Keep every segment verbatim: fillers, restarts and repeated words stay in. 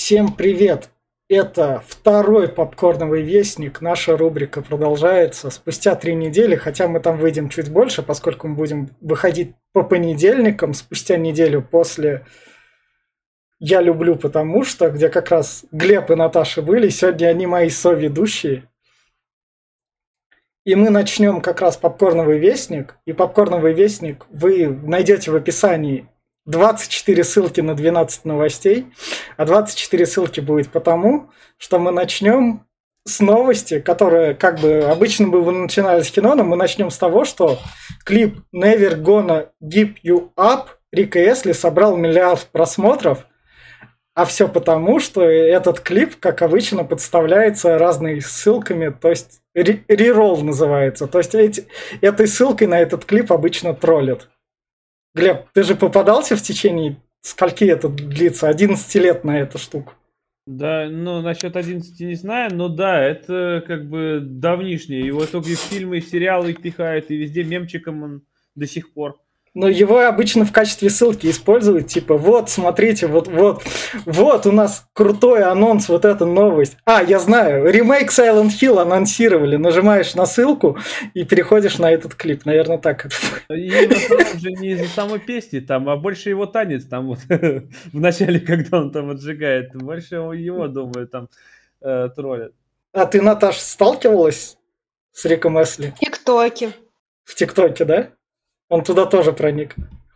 Всем привет! Это второй попкорновый вестник. Наша рубрика продолжается спустя три недели, хотя мы там выйдем чуть больше, поскольку мы будем выходить по понедельникам, спустя неделю после «Я люблю, потому что», где как раз Глеб и Наташа были. Сегодня они мои соведущие. И мы начнем как раз попкорновый вестник. И попкорновый вестник вы найдете в описании двадцать четыре ссылки на двенадцать новостей. А двадцать четыре ссылки будет потому, что мы начнем с новости, которая как бы обычно бы вы начинали с кино, но мы начнем с того, что клип Never Gonna Give You Up Рика Эсли собрал миллиард просмотров. А все потому, что этот клип, как обычно, подставляется разными ссылками, то есть реролл называется. То есть эти, этой ссылкой на этот клип обычно троллят. Глеб, ты же попадался в течение скольки это длится? одиннадцать лет на эту штуку. Да, ну, насчет одиннадцати не знаю, но да, это как бы давнишнее. Его только и в фильмы, и в сериалы пихают, и везде мемчиком он до сих пор. Но его обычно в качестве ссылки используют, типа, вот, смотрите, вот, вот, вот у нас крутой анонс, вот эта новость. А, я знаю, ремейк Silent Hill анонсировали, нажимаешь на ссылку и переходишь на этот клип, наверное, так это. И в основном же не из-за самой песни там, а больше его танец там вот в начале, когда он там отжигает, больше его, думаю, там э, троллят. А ты, Наташ, сталкивалась с Риком Эсли? В ТикТоке. В ТикТоке, да? Он туда тоже проник.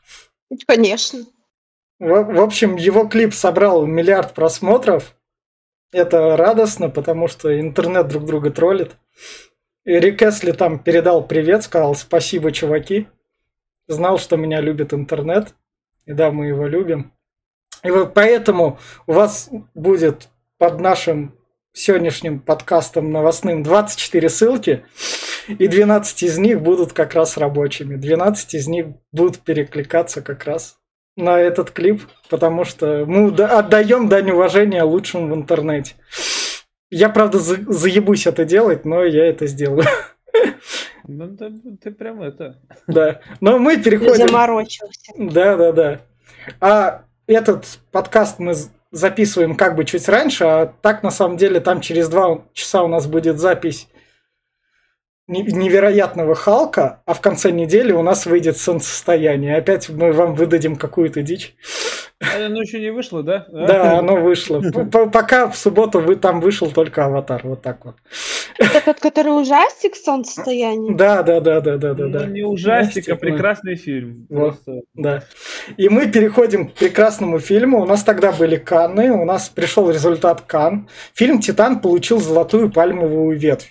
Конечно. В, в общем, его клип собрал миллиард просмотров. Это радостно, потому что интернет друг друга троллит. И Рик Эсли там передал привет, сказал спасибо, чуваки. Знал, что меня любит интернет. И да, мы его любим. И вот поэтому у вас будет под нашим сегодняшним подкастом новостным двадцать четыре ссылки. И двенадцать из них будут как раз рабочими. двенадцать из них будут перекликаться как раз на этот клип, потому что мы отдаем дань уважения лучшим в интернете. Я, правда, за- заебусь это делать, но я это сделаю. Ну, ты, ты прям это... Да. Но мы переходим... Заморочился. Да, да, да. А этот подкаст мы записываем как бы чуть раньше, а так, на самом деле, там через два часа у нас будет запись невероятного Халка, а в конце недели у нас выйдет солнцестояние. Опять мы вам выдадим какую-то дичь. Оно еще не вышло, да? Да, оно вышло. Пока в субботу вы там вышел только Аватар. Вот так вот. Это тот, который ужастик солнцестояние? Да, да, да, да, да, да. Ну, не ужастик, а прекрасный фильм. Вот, да. И мы переходим к прекрасному фильму. У нас тогда были Канны, у нас пришел результат Канн. Фильм «Титан» получил золотую пальмовую ветвь.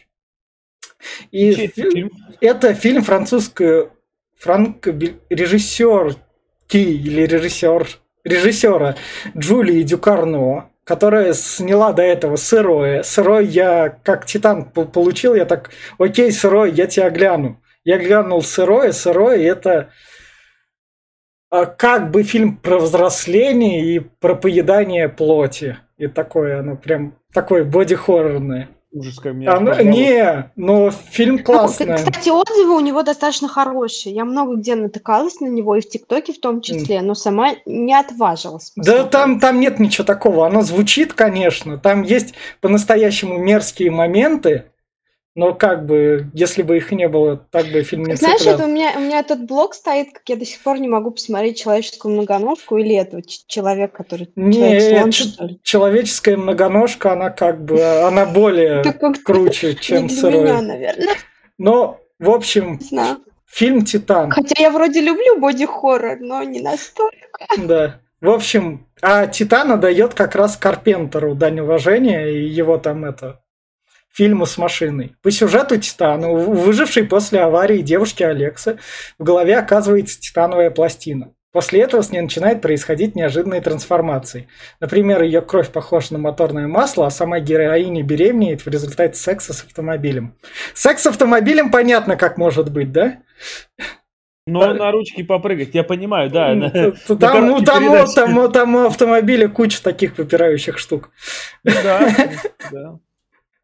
И фильм? Это фильм французского франко-режиссерки или режиссер, режиссера Джулии Дюкарно, которая сняла до этого «Сырое». «Сырой» я, как «Титан» получил, я так, окей, «Сырой», я тебя гляну. Я глянул «Сырое». «Сырое» — это как бы фильм про взросление и про поедание плоти. И такое, оно прям такое боди-хоррорное. Ужас, как меня... Оно, не, но фильм классный. Кстати, отзывы у него достаточно хорошие. Я много где натыкалась на него, и в ТикТоке в том числе, но сама не отважилась посмотреть. Да там, там нет ничего такого. Оно звучит, конечно. Там есть по-настоящему мерзкие моменты, но как бы, если бы их не было, так бы фильм не Знаешь, цеплял. это у меня, у меня этот блог стоит, как я до сих пор не могу посмотреть «Человеческую многоножку» или этого ч- человек, который... Не, человек-слон, ч- что ли. человеческая многоножка, она как бы, она более Это как-то круче, чем не для «Сырое». меня, наверное. Но, в общем, Не знаю. фильм «Титан». Хотя я вроде люблю боди-хоррор, но не настолько. Да. В общем, а «Титана» дает как раз Карпентеру дань уважения, и его там это... фильму с машиной. По сюжету «Титана», у выжившей после аварии девушки Алексы, в голове оказывается титановая пластина. После этого с ней начинают происходить неожиданные трансформации. Например, ее кровь похожа на моторное масло, а сама героиня беременеет в результате секса с автомобилем. Секс с автомобилем понятно, как может быть, да? Но да. На ручки попрыгать, я понимаю, да. Там, там, ну, там, там, там у автомобиля куча таких выпирающих штук. Да, да.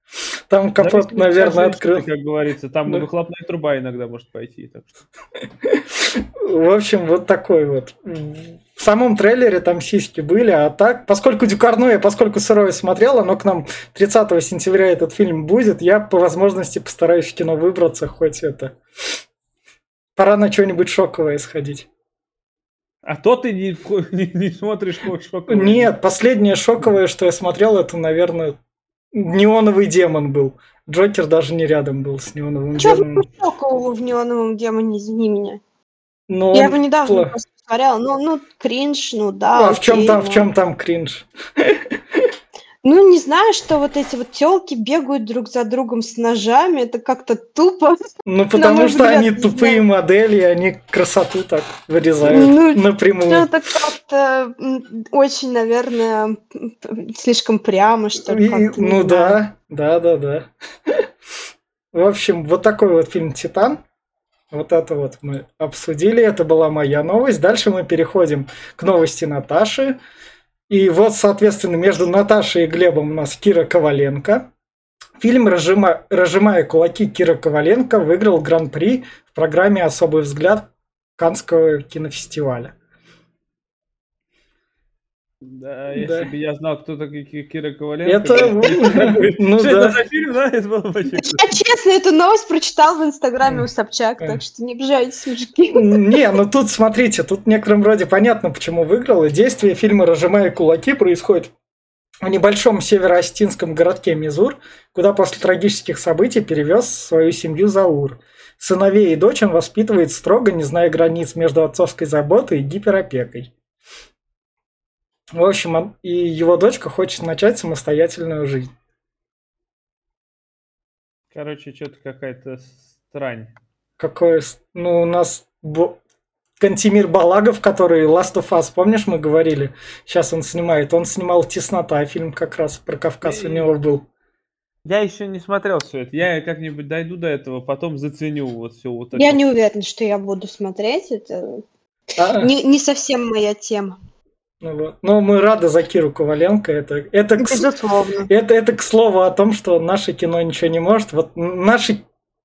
Там капот, Зависит от наверное, женщины, открыл. как говорится. Там Да. и выхлопная труба иногда может пойти. Так что. В общем, вот такой вот. В самом трейлере там сиськи были, а так, поскольку Дюкарно я, поскольку сырое смотрел, оно к нам тридцатого сентября этот фильм будет, я по возможности постараюсь в кино выбраться, хоть это. Пора на что-нибудь шоковое сходить. А то ты не, не, не смотришь шоковое. Нет, последнее шоковое, что я смотрел, это, наверное, «Неоновый демон» был. Джокер даже не рядом был с «Неоновым Чё демоном». шокового в «Неоновом демоне», извини меня? Но Я он его недавно пла- просто посмотрела. Ну, ну, кринж, ну да, А в чем окей, там, в но- чем там кринж? Ну, не знаю, что вот эти вот тёлки бегают друг за другом с ножами, это как-то тупо. Ну, потому мой что взгляд, они не тупые знаю. модели, они красоту так вырезают Ну, напрямую. Это как-то м, очень, наверное, м, п- слишком прямо, что ли, И- как-то, не ну знаю. да, да, да, да. В общем, вот такой вот фильм «Титан». Вот это вот мы обсудили, это была моя новость. Дальше мы переходим к новости Наташи. И вот, соответственно, между Наташей и Глебом у нас Кира Коваленко. Фильм «Разжима- «Разжимая кулаки» Кира Коваленко выиграл гран-при в программе «Особый взгляд» Каннского кинофестиваля. Да, если Да. бы я знал, кто такой Ки- Кира Коваленко. Это, такой, ну что да. это за фильм, да? Это было вообще круто. Я честно эту новость прочитал в Инстаграме у Собчак, Э. так что не обижайтесь, мужики. Не, ну тут, смотрите, тут в некотором роде понятно, почему выиграл. И действие фильма «Разжимая кулаки» происходит в небольшом североостинском городке Мизур, куда после трагических событий перевез свою семью Заур. Сыновей и дочь он воспитывает строго, не зная границ между отцовской заботой и гиперопекой. В общем, он- и его дочка хочет начать самостоятельную жизнь. Короче, что-то какая-то странь. Какое... с- Ну, у нас Бо- Кантемир Балагов, который Last of Us, помнишь, мы говорили? Сейчас он снимает. Он снимал «Теснота», фильм как раз про Кавказ у него был. Я еще не смотрел все это. Я как-нибудь дойду до этого, потом заценю вот все вот это. Я не уверена, что я буду смотреть. Это А, не, не совсем моя тема. ну вот. Но мы рады за Киру Коваленко. Это, это, к, с- Безусловно. это, это к слову о том, что наше кино ничего не может. Вот н- наше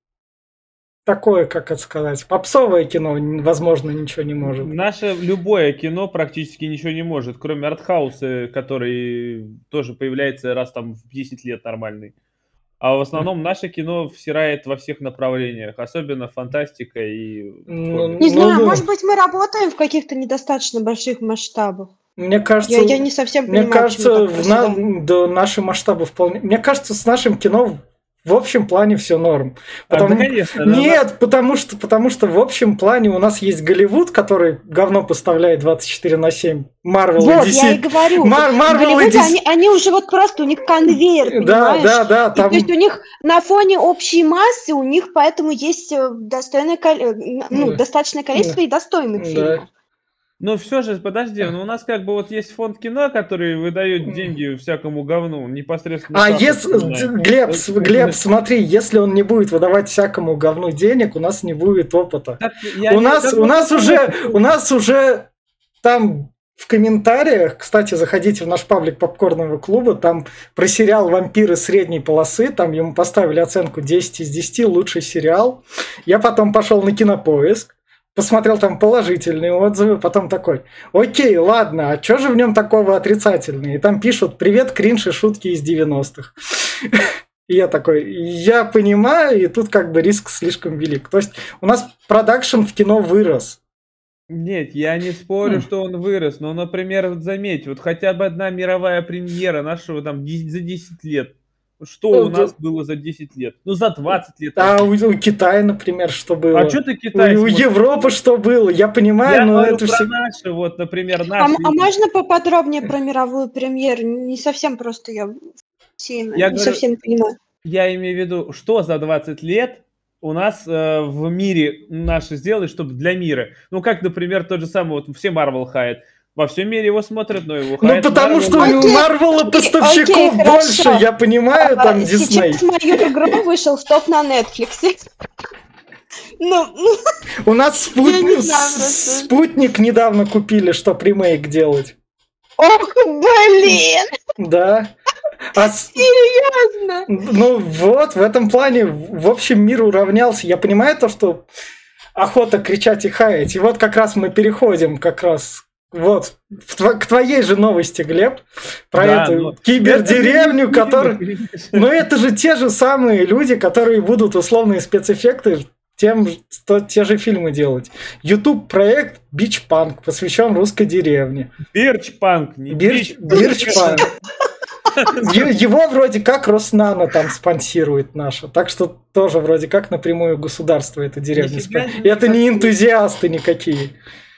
такое, как это сказать, попсовое кино, н- возможно, ничего не может. Наше любое кино практически ничего не может, кроме артхауса, который тоже появляется раз там в десять лет нормальный. А в основном наше кино всирает во всех направлениях, особенно фантастика и... Ну, Не ну, знаю, ну, может быть, мы работаем в каких-то недостаточно больших масштабах. Мне кажется, Я, я не совсем мне понимаю, кажется, почему так в на- происходит. до наши масштабы вполне. Мне кажется, с нашим кино в общем плане все норм. А, Потому- да, конечно. да, Нет, потому что, потому что в общем плане у нас есть Голливуд, который говно поставляет двадцать четыре на семь. Марвел и Вот, Ди я и Си. говорю. Мар- В Марвел и Голливуде Ди Си. они, они уже вот просто, у них конвейер, Да, понимаешь? да, да. И Там... то есть у них на фоне общей массы, у них поэтому есть э, достойное, коле- э, ну, Да. достаточное количество и достойных Да. фильмов. Но все же, подожди, ну у нас как бы вот есть фонд кино, который выдает деньги всякому говну, непосредственно. А Саша если, вспоминает. Глеб, Вот, с- Глеб, смотри, если он не будет выдавать всякому говну денег, у нас не будет опыта. Так, я У не- нас, да, у ну, нас ну, уже, у нас уже там в комментариях, кстати, заходите в наш паблик Попкорного клуба, там про сериал «Вампиры средней полосы», там ему поставили оценку десять из десяти, лучший сериал. Я потом пошел на Кинопоиск, посмотрел там положительные отзывы, потом такой, окей, ладно, а что же в нем такого отрицательного? И там пишут «Привет, кринж и шутки из девяностых». И я такой, я понимаю, и тут как бы риск слишком велик. То есть у нас продакшн в кино вырос. Нет, я не спорю, М. что он вырос, но, например, вот заметь, вот хотя бы одна мировая премьера нашего там ди- за десять лет. Что Ну, у да. нас было за десять лет? Ну, за двадцать лет. А у, у Китая, например, что было? А что ты У, Китай у смотришь? Европы что было? Я понимаю, Я но говорю это про все... наши, вот, например, А, наши. м- а можно поподробнее про мировую премьеру? Не совсем просто я в теме, Я не говорю- совсем понимаю. Я имею в виду, что за двадцать лет у нас э, в мире наши сделали, чтобы для мира. Ну, как, например, тот же самый, вот все Marvel хаят. Во всем мире его смотрят, но его Ну, хаят потому Marvel. что у Окей, Марвела окей, поставщиков окей, больше, хорошо. я понимаю, там А, Дисней. Сейчас мою игру вышел в топ на Netflix. Ну, ну, У нас Я не спутник, знаю просто. спутник недавно купили, чтоб ремейк делать. ох, блин! Да. А с- Серьезно? Ну вот, в этом плане, в общем, мир уравнялся. Я понимаю то, что охота кричать и хаять. И вот как раз мы переходим как раз вот в тво- к твоей же новости, Глеб, про Да, эту но кибердеревню, это же не которая... фильмы, понимаешь? Ну это же те же самые люди, которые будут условные спецэффекты тем, ж- то- те же фильмы делать. YouTube проект Beach Punk посвящен русской деревне. Бирчпанк, не Бирч, бич. Бирчпанк. Е- Его вроде как Роснано там спонсирует наша. Так что тоже вроде как напрямую государство эту деревню Нифига спонсирует. себе, Это не как- энтузиасты никакие.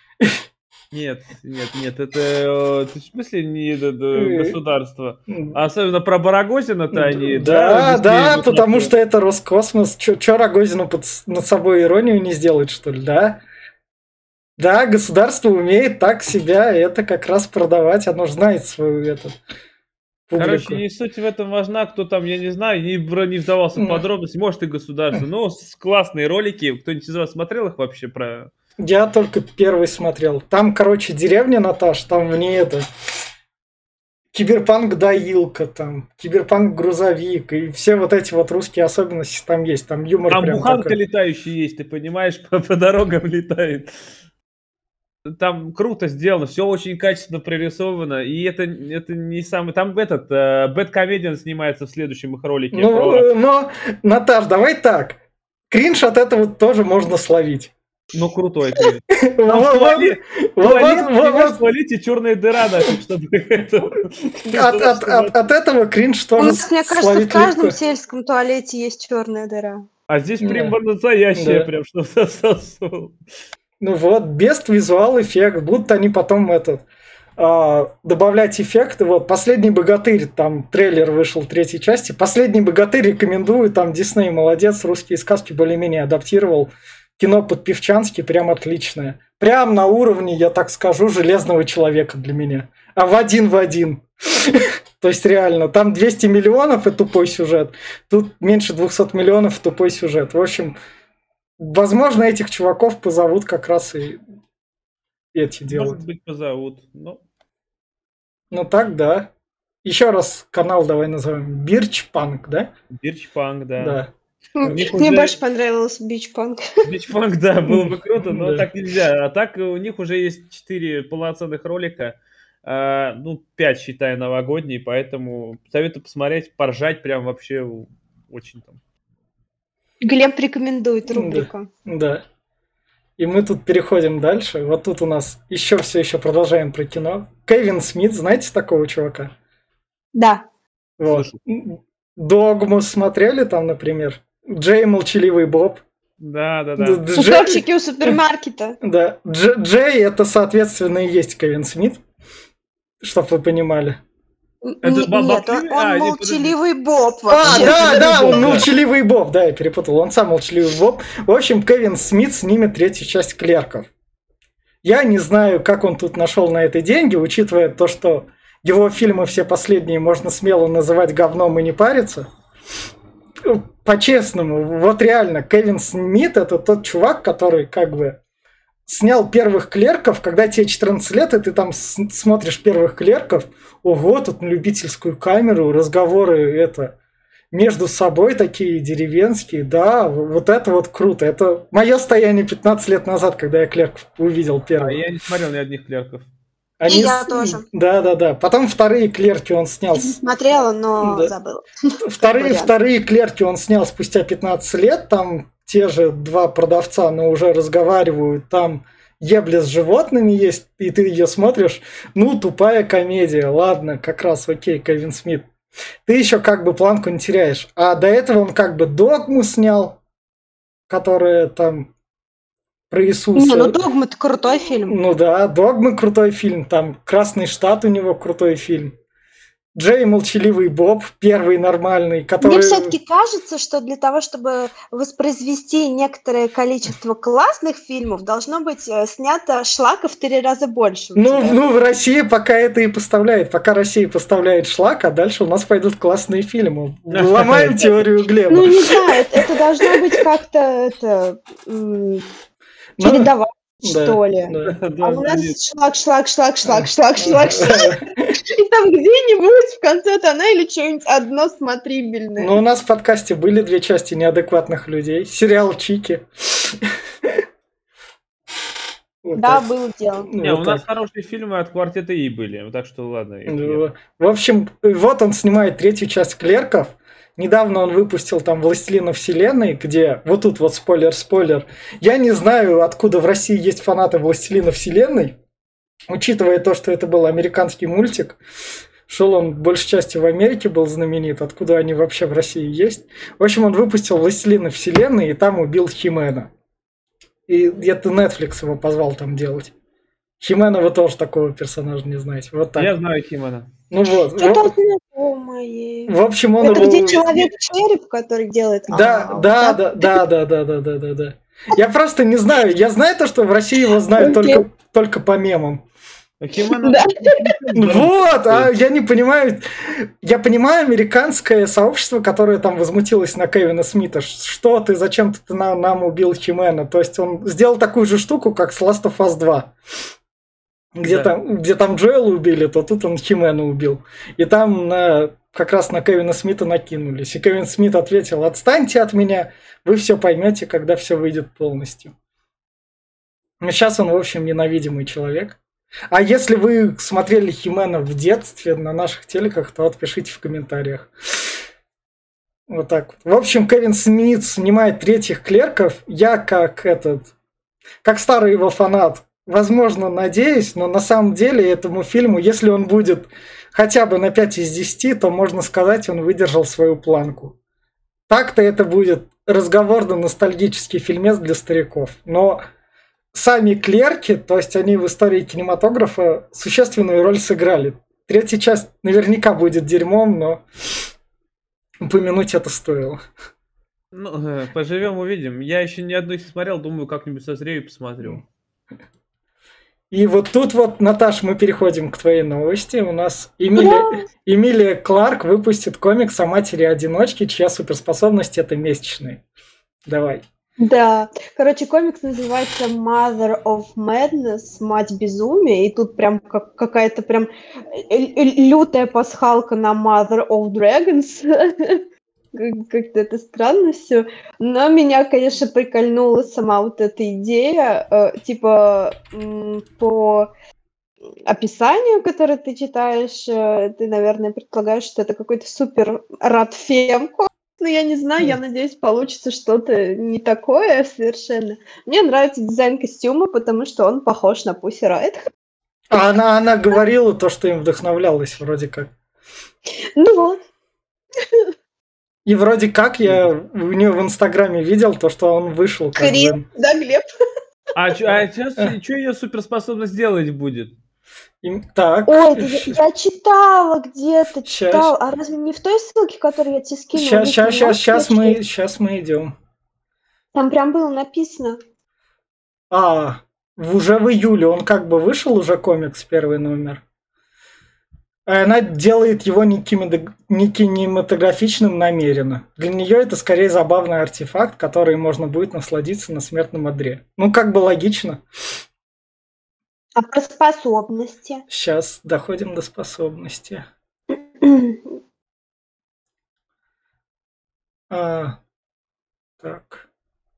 Нет, нет, нет, это, э, это в смысле не это, это Э, государство. А особенно про Барагозина-то они, Да, да, да, везде потому вот что это Роскосмос. Че Рогозину под, над собой иронию не сделает, что ли, да? Да, государство умеет так себя это как раз продавать. Оно же знает свою эту публику. Короче, не суть в этом важна, кто там, я не знаю, не, бро- не вдавался в Ну. подробности, может и государство. Ну, с- классные ролики, кто-нибудь из вас смотрел их вообще про... Я только первый смотрел. Там, короче, деревня, Наташ, там в ней это... Киберпанк доилка, там, киберпанк грузовик, и все вот эти вот русские особенности там есть. Там юмор Там прям буханка такой. летающая есть, ты понимаешь, по, по дорогам летает. Там круто сделано, все очень качественно прорисовано, и это, это не самый... Там этот, э, Бэткомедиан снимается в следующем их ролике. Ну, про- э, но, Наташ, давай так. Кринж от этого тоже можно словить. Ну, крутой клип. Вот, Там в вот, туалет- вот, Туалет, вот, понимаешь, вот. в туалете черная дыра, нафиг, чтобы это... От, от, от, от этого кринж У тоже нас, мне кажется, в словить каждом легко. сельском туалете есть черная дыра. А здесь Да. прям настоящее, Да. прям что-то сосул. Ну вот, без визуал эффект, будут они потом этот а, добавлять эффекты. Вот последний богатырь, там трейлер вышел третьей части. Последний богатырь рекомендую, там Дисней молодец, русские сказки более-менее адаптировал. Кино под-певчански прям отличное. Прям на уровне, я так скажу, Железного человека для меня. А в один в один. То есть реально, там двести миллионов и тупой сюжет. Тут меньше двухсот миллионов и тупой сюжет. В общем, возможно, этих чуваков позовут как раз и эти делают. Может быть, позовут. Ну, Ну так, да. Еще раз канал давай назовем. Бирчпанк, да? Бирчпанк, да. Да. У них Мне уже- больше понравился бичпанк. Бирчпанк, да, было бы круто, но Да. так нельзя. А так у них уже есть четыре полноценных ролика. а, ну, пять, считай, новогодние, поэтому советую посмотреть, поржать прям вообще очень там. Глеб рекомендует Да. рубрику. Да. И мы тут переходим дальше. Вот тут у нас еще все еще продолжаем про кино. Кевин Смит, знаете такого чувака? Да. Вот. Слышал. Догму смотрели там, например? Джей Молчаливый Боб. Да, да, да. Д- Джей- Тусовщики у супермаркета. Да. Дж- Джей это, соответственно, и есть Кевин Смит. Чтоб вы понимали. Это Н- Боб Нет, он, Боб- он а, не, молчаливый Боб А, вообще. да, да, он Боб, да. молчаливый Боб, да, я перепутал. Он сам молчаливый Боб. В общем, Кевин Смит снимет третью часть «Клерков». Я не знаю, как он тут нашел на это деньги, учитывая то, что его фильмы все последние можно смело называть говном и не париться. По-честному, вот реально, Кевин Смит это тот чувак, который как бы снял первых клерков, когда тебе четырнадцать лет, и ты там с- смотришь первых клерков, ого, тут на любительскую камеру, разговоры это между собой такие деревенские, да, в- вот это вот круто. Это мое состояние пятнадцать лет назад, когда я клерков увидел А первый. я не смотрел ни одних клерков. Они И я с- тоже. Да, да, да. Потом вторые клерки он снял. с- Смотрела, но Да. забыла. Вторые, вариант. вторые клерки он снял спустя пятнадцать лет. Там те же два продавца, но уже разговаривают. Там ебля с животными есть, и ты ее смотришь. Ну, тупая комедия. Ладно, как раз окей, Кевин Смит. Ты еще как бы планку не теряешь. А до этого он как бы «Догму» снял, которая там про Иисуса. Не, ну «Догма» — это крутой фильм. Ну да, «Догмы» крутой фильм, там «Красный штат» у него крутой фильм. Джей Молчаливый Боб, первый нормальный, который... Мне все-таки кажется, что для того, чтобы воспроизвести некоторое количество классных фильмов, должно быть э, снято шлака в три раза больше. у Ну, тебя. ну, в России пока это и поставляет. Пока Россия поставляет шлак, а дальше у нас пойдут классные фильмы. Ломаем теорию Глеба. Ну, не знаю, это, это должно быть как-то это, м, Ну, чередоваться. что ли. Да. А Да, у да, нас нет. шлак, шлак, шлак, шлак, шлак, шлак, шлак. И там где-нибудь в конце тоннеля что-нибудь одно смотрибельное. Ну, у нас в подкасте были две части неадекватных людей. Сериал Чики. Вот Да, так. было дело. Не, Вот у нас так. хорошие фильмы от квартета И были, так что ладно. их нет. Ну, В общем, вот он снимает третью часть «Клерков». Недавно он выпустил там «Властелина вселенной», где... Вот тут вот спойлер-спойлер. Я не знаю, откуда в России есть фанаты «Властелина вселенной», учитывая то, что это был американский мультик. Шел он большей частью в Америке, был знаменит. Откуда они вообще в России есть? В общем, он выпустил «Властелина вселенной» и там убил Химена. И это Netflix его позвал там делать. Химена вы тоже такого персонажа не знаете. Вот так. Я знаю Химена. Ну вот. Что-то В, знакомое. в общем, он Это его... где человек-череп, который делает... Да, А, да, вот так? да, да, да, да, да, да, да, да. Я просто не знаю. Я знаю то, что в России его знают Окей. только, только по мемам. А Химена... Да. Вот, а я не понимаю. Я понимаю американское сообщество, которое там возмутилось на Кевина Смита. Что ты, зачем ты на- нам убил Химена? То есть он сделал такую же штуку, как с Last of Us два. Где, Да. там, где там Джоэла убили, то тут он Химена убил. И там на, как раз на Кевина Смита накинулись. И Кевин Смит ответил: отстаньте от меня, вы все поймете, когда все выйдет полностью. Но сейчас он, в общем, ненавидимый человек. А если вы смотрели Химена в детстве на наших телеках, то отпишите в комментариях. Вот так вот. В общем, Кевин Смит снимает третьих клерков. Я как этот, как старый его фанат, возможно, надеюсь, но на самом деле этому фильму, если он будет хотя бы на пять из десяти, то можно сказать, он выдержал свою планку. Так-то это будет разговорно-ностальгический фильмец для стариков. Но сами клерки, то есть они в истории кинематографа существенную роль сыграли. Третья часть наверняка будет дерьмом, но упомянуть это стоило. Ну, э, поживем, увидим. Я еще ни одной не смотрел, думаю, как-нибудь созрею и посмотрю. И вот тут вот, Наташ, мы переходим к твоей новости. У нас Эмилия, Эмилия Кларк выпустит комикс о матери-одиночке, чья суперспособность – это месячные. Давай. Да, короче, комикс называется Mother of Madness, мать безумия, и тут прям как какая-то прям э- э- лютая пасхалка на Mother of Dragons. Как- Как-то это странно все. Но меня, конечно, прикольнула сама вот эта идея, э, типа м, по описанию, которое ты читаешь, э, ты, наверное, предполагаешь, что это какой-то супер радфем. Ну, я не знаю, я надеюсь, получится что-то не такое совершенно. Мне нравится дизайн костюма, потому что он похож на Пусси Райт. А она, она говорила то, что им вдохновлялась, вроде как. Ну вот. И вроде как я у нее в Инстаграме видел то, что он вышел. Как Крем, бы. да, Глеб? А, чё- а сейчас что ее суперспособность делать будет? И- так. Ой, это я, я читала где-то, Щас. читала. А разве не в той ссылке, которую я тебе скинула? Сейчас, вы сейчас, не сейчас, можете сейчас мы, прочесть? сейчас мы идем. Там прям было написано. А, в- уже в июле он как бы вышел уже комикс, первый номер. А она делает его не кинематог- не кинематографичным намеренно. Для нее это скорее забавный артефакт, который можно будет насладиться на смертном одре. Ну, как бы логично. А про способности? Сейчас доходим до способности. А, так.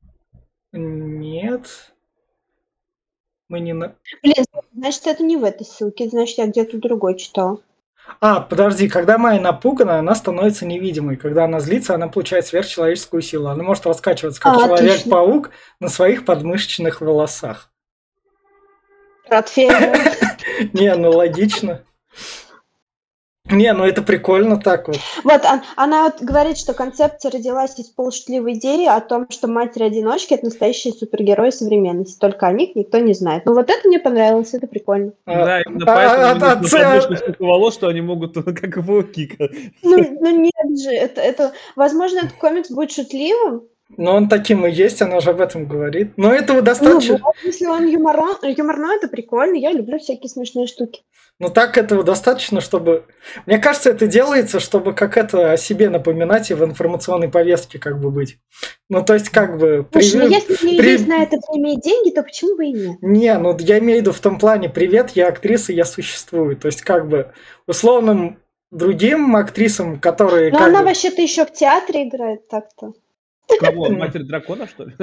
Нет. Мы не на... Блин, значит, это не в этой ссылке, значит, я где-то другой читала. А, подожди, когда Майя напугана, она становится невидимой. Когда она злится, она получает сверхчеловеческую силу. Она может раскачиваться, как А, Человек-паук, на своих подмышечных волосах. Радфем. Не, ну логично. Не, ну это прикольно так вот. Вот, он- она вот говорит, что концепция родилась из полушутливой идеи о том, что матери-одиночки – это настоящие супергерои современности. Только о них никто не знает. Ну вот это мне понравилось, это прикольно. А, Да, именно а, поэтому а, у них а, на ц- подмышках столько волос, что они могут как и пауки. Ну, ну нет же, это, это, возможно, этот комикс будет шутливым, Но он таким и есть, она же об этом говорит. Но этого Ну достаточно. вот, если он юмора- юморной, это прикольно. Я люблю всякие смешные штуки. Но так этого достаточно, чтобы... Мне кажется, это делается, чтобы как это о себе напоминать и в информационной повестке как бы быть. Ну, то есть, как бы... Слушай, ну привет- если у нее при- есть на это время и деньги, то почему бы и нет? Не, ну я имею в виду в том плане, привет, я актриса, я существую. То есть, как бы, условным другим актрисам, которые... Но как она бы- вообще-то еще в театре играет так-то. Кого? Матерь дракона, что ли?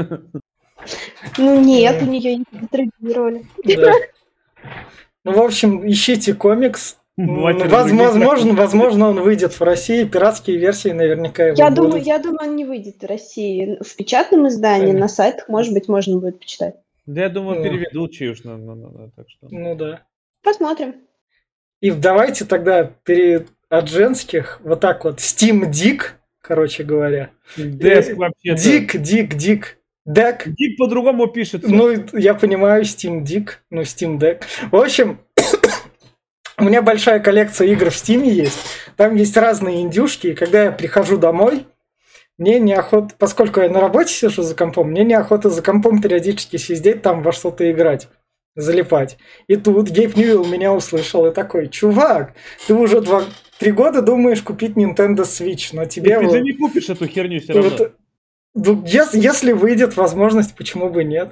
Ну нет, Мгм. у нее не затрагировали. Да. Ну, в общем, ищите комикс. Матерь М, воз- других Возможно, возможно, он выйдет в России. Пиратские версии наверняка его Я будут. думаю, я думаю, он не выйдет в России. В печатном издании, Понятно. на сайтах, может быть, можно будет почитать. Да я думаю, Ну. переведут чьюж, на, на, на, на, так что. Ну да. Посмотрим. И давайте тогда перед от женских вот так вот Steam Dick, короче говоря. Деск Э, вообще-то. Дик, Дик, Дик, Deck. Дик по-другому пишется. Ну, я понимаю, Steam Dick, ну, Steam Deck. В общем, у меня большая коллекция игр в Steam есть. Там есть разные индюшки, и когда я прихожу домой, мне неохота, поскольку я на работе сижу за компом, мне неохота за компом периодически сидеть там во что-то играть, залипать. И тут Гейб Ньюэлл меня услышал и такой: чувак, ты уже два, три года думаешь купить Nintendo Switch, но И тебе... ты вот- же не купишь эту херню все равно. вот, ну, ес- если выйдет возможность, почему бы нет?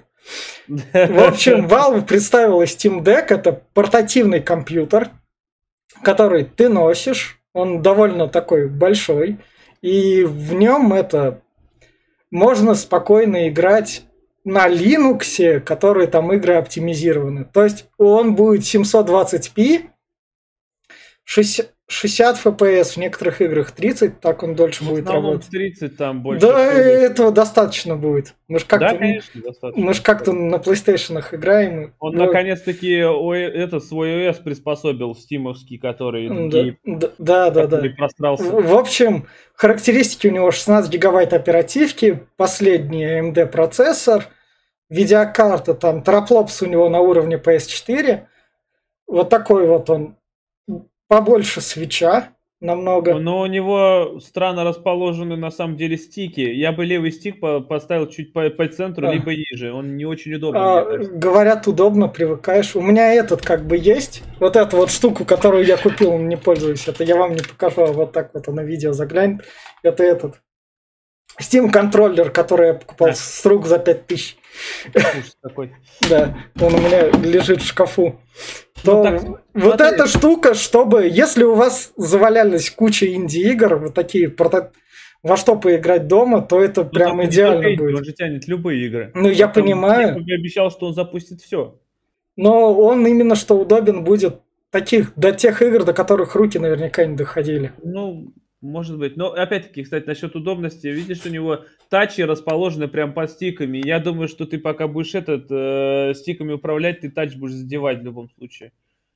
В общем, Valve представила Steam Deck. Это портативный компьютер, который ты носишь. Он довольно такой большой. И в нем это можно спокойно играть на Linux, которые там игры оптимизированы. То есть он будет семьсот двадцать пи, шестьдесят шестьдесят эф пи эс, в некоторых играх тридцать, так он дольше В будет основном работать. тридцать там больше. Да, всего. этого достаточно будет. Мы же как-то, Да, конечно, достаточно. мы ж как-то на PlayStation играем. и- Он ну, наконец-таки о- это свой о эс приспособил, стимовский, который да, Гейб, да, да, да, да. который просрался. В, в общем, характеристики у него шестнадцать гигабайт оперативки, последний эй эм ди процессор, видеокарта, там терафлопс у него на уровне пи эс четыре. Вот такой вот он, побольше свеча намного. Но у него странно расположены на самом деле стики. Я бы левый стик по- поставил чуть по, по центру, А. либо ниже. Он не очень удобный, А, мне кажется. говорят, удобно, привыкаешь. У меня этот как бы есть. Вот эту вот штуку, которую я купил, не пользуюсь. Это я вам не покажу, а вот так вот на видео заглянь. Это этот Steam контроллер, который я покупал Да. с рук за пять тысяч. Ужас какой. Да, он у меня лежит в шкафу. То Ну, так, вот смотри. эта штука, чтобы, если у вас завалялись куча инди-игр, вот такие, порта- во что поиграть дома, то это Ну, прям там не идеально только игры, будет. Он же тянет любые игры. Ну, я Он там понимаю. якобы обещал, что он запустит все. Но он именно что удобен будет таких, до тех игр, до которых руки наверняка не доходили. Ну, может быть. Но опять-таки, кстати, насчет удобности. Видишь, у него тачи расположены прям под стиками. Я думаю, что ты пока будешь этот э, стиками управлять, ты тач будешь задевать в любом случае.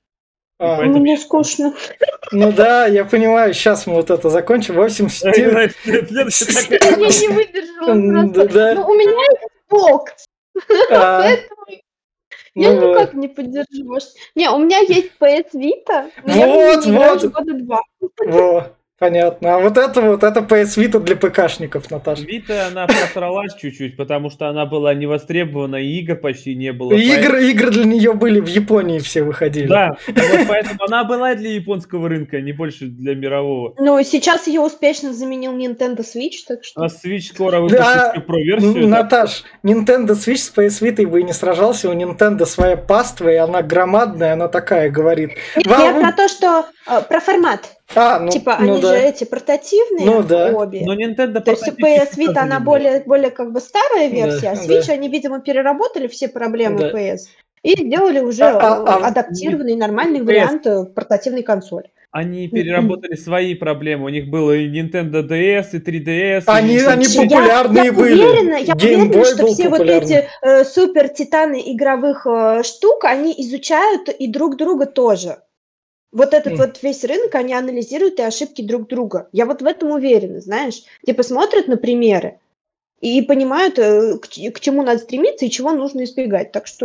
И А, поэтому Мне я- скучно. Ну да, я понимаю, сейчас мы вот это закончим. В общем, Steam- Знаешь, следующая такая- Я не выдержала М, просто. да. Ну, у меня есть бокс, а, поэтому я ну вот. никак не поддержу. Может, Не, у меня есть пи эс Vita, но я в Вот, неё не играю вот. уже года два. Во, понятно. А вот это вот, это пи эс Vita для ПКшников, Наташа. Вита, она просралась чуть-чуть, потому что она была не востребована, и игр почти не было. Игры, игры для нее были в Японии все выходили. Да, вот поэтому она была для японского рынка, не больше для мирового. Ну, сейчас ее успешно заменил Nintendo Switch, так что... А Switch скоро выпустит Да, всю Pro-версию. Н- Наташ, Nintendo Switch с пи эс Vita бы и не сражался. У Nintendo своя паства, и она громадная, она такая говорит. Нет, «Вам- я про то, что... э, про формат. А, ну, Типа, ну они да. же эти портативные Ну да. обе. Но Nintendo То есть у пи эс портативчик Vita тоже она не более, более как бы старая версия, а Да, Switch да. они, видимо, переработали все проблемы Да. пи эс и сделали уже А- а- э, а- адаптированный нормальный пи эс. вариант э, портативной консоли. Они переработали свои проблемы. У них было и Nintendo ди эс, и три ди эс. и Они- Nintendo они Switch. популярные я, были. я Уверена, я Game уверена, Boy что был все вот популярный. эти э, супер титаны игровых э, штук, они изучают и друг друга тоже. Вот этот М. вот весь рынок, они анализируют и ошибки друг друга. Я вот в этом уверена, знаешь. Типа смотрят на примеры и понимают, э, к, ч- к чему надо стремиться и чего нужно избегать. Так что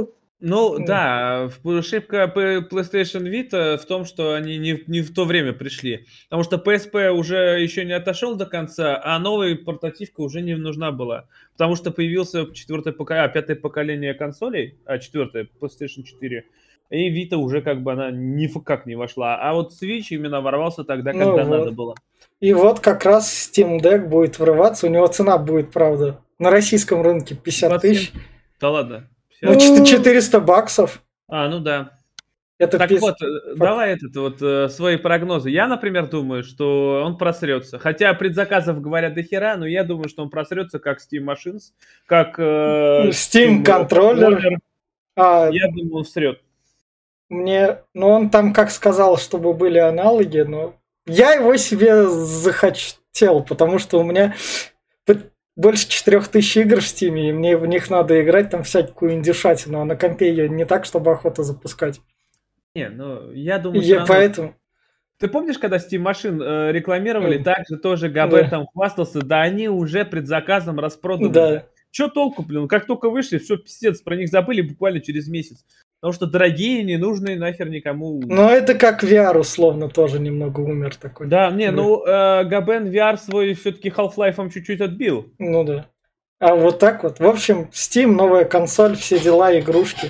Ну Ну, да, в- ошибка П- PlayStation Vita в том, что они не, в- не в то время пришли. Потому что P S P уже еще не отошел до конца, а новая портативка уже не нужна была. Потому что появился четвертое поколение, а, пятое поколение консолей, а четвертое, PlayStation четыре. И Vita уже как бы она ни в как не вошла. А вот Switch именно ворвался тогда, ну когда надо вот. было. И вот как раз Steam Deck будет врываться. У него цена будет, правда, на российском рынке пятьдесят двадцать семь. тысяч. Да ладно. Ну, пятьдесят. чет- четыреста баксов. А, ну да. Это Так пис- вот, э, давай этот вот э, свои прогнозы. Я, например, думаю, что он просрется. Хотя предзаказов говорят до хера, но я думаю, что он просрется как Steam Machines, как э, Steam Steam контроллер. Controller. А Я думаю, он всрет. мне, ну он там как сказал, чтобы были аналоги, но я его себе захотел, потому что у меня п- больше четырех тысяч игр в Стиме, и мне в них надо играть там всякую индюшатину, а на компе ее не так, чтобы охота запускать. Не, ну, я И думаю, все я равно. поэтому, Ты помнишь, когда Steam Machine э, рекламировали, м, также тоже Габен да, там хвастался, да они уже предзаказом распроданы-то. да. Че толку, блин, как только вышли, все, пиздец, про них забыли буквально через месяц. Потому что дорогие, ненужные, нахер никому. Но это как ви ар условно тоже немного умер такой. Да, не, Да. ну, э, Габен ви ар свой все-таки Half-Life чуть-чуть отбил. Ну да. А вот так вот. В общем, Steam, новая консоль, все дела, игрушки.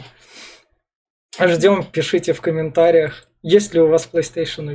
Ждем, пишите в комментариях, есть ли у вас PlayStation